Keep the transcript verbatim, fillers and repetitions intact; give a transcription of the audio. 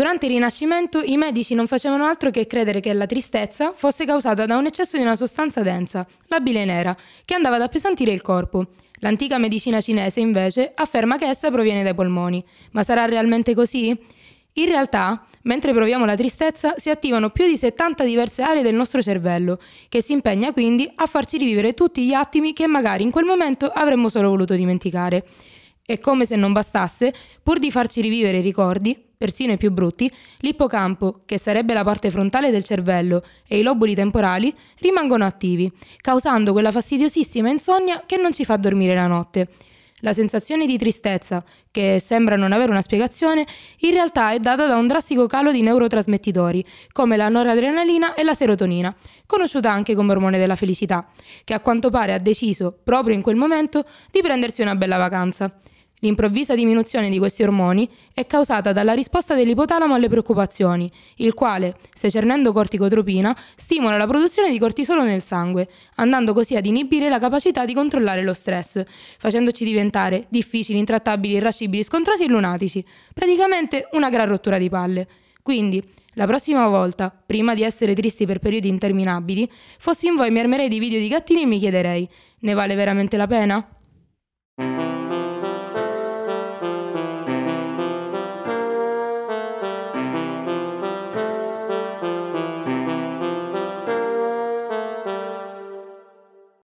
Durante il Rinascimento i medici non facevano altro che credere che la tristezza fosse causata da un eccesso di una sostanza densa, la bile nera, che andava ad appesantire il corpo. L'antica medicina cinese, invece, afferma che essa proviene dai polmoni. Ma sarà realmente così? In realtà, mentre proviamo la tristezza, si attivano più di settanta diverse aree del nostro cervello, che si impegna quindi a farci rivivere tutti gli attimi che magari in quel momento avremmo solo voluto dimenticare. E come se non bastasse, pur di farci rivivere i ricordi, persino i più brutti, l'ippocampo, che sarebbe la parte frontale del cervello, e i lobuli temporali rimangono attivi, causando quella fastidiosissima insonnia che non ci fa dormire la notte. La sensazione di tristezza, che sembra non avere una spiegazione, in realtà è data da un drastico calo di neurotrasmettitori, come la noradrenalina e la serotonina, conosciuta anche come ormone della felicità, che a quanto pare ha deciso, proprio in quel momento, di prendersi una bella vacanza. L'improvvisa diminuzione di questi ormoni è causata dalla risposta dell'ipotalamo alle preoccupazioni, il quale, secernendo corticotropina, stimola la produzione di cortisolo nel sangue, andando così ad inibire la capacità di controllare lo stress, facendoci diventare difficili, intrattabili, irascibili, scontrosi e lunatici. Praticamente una gran rottura di palle. Quindi, la prossima volta, prima di essere tristi per periodi interminabili, fossi in voi mi armerei di video di gattini e mi chiederei: ne vale veramente la pena?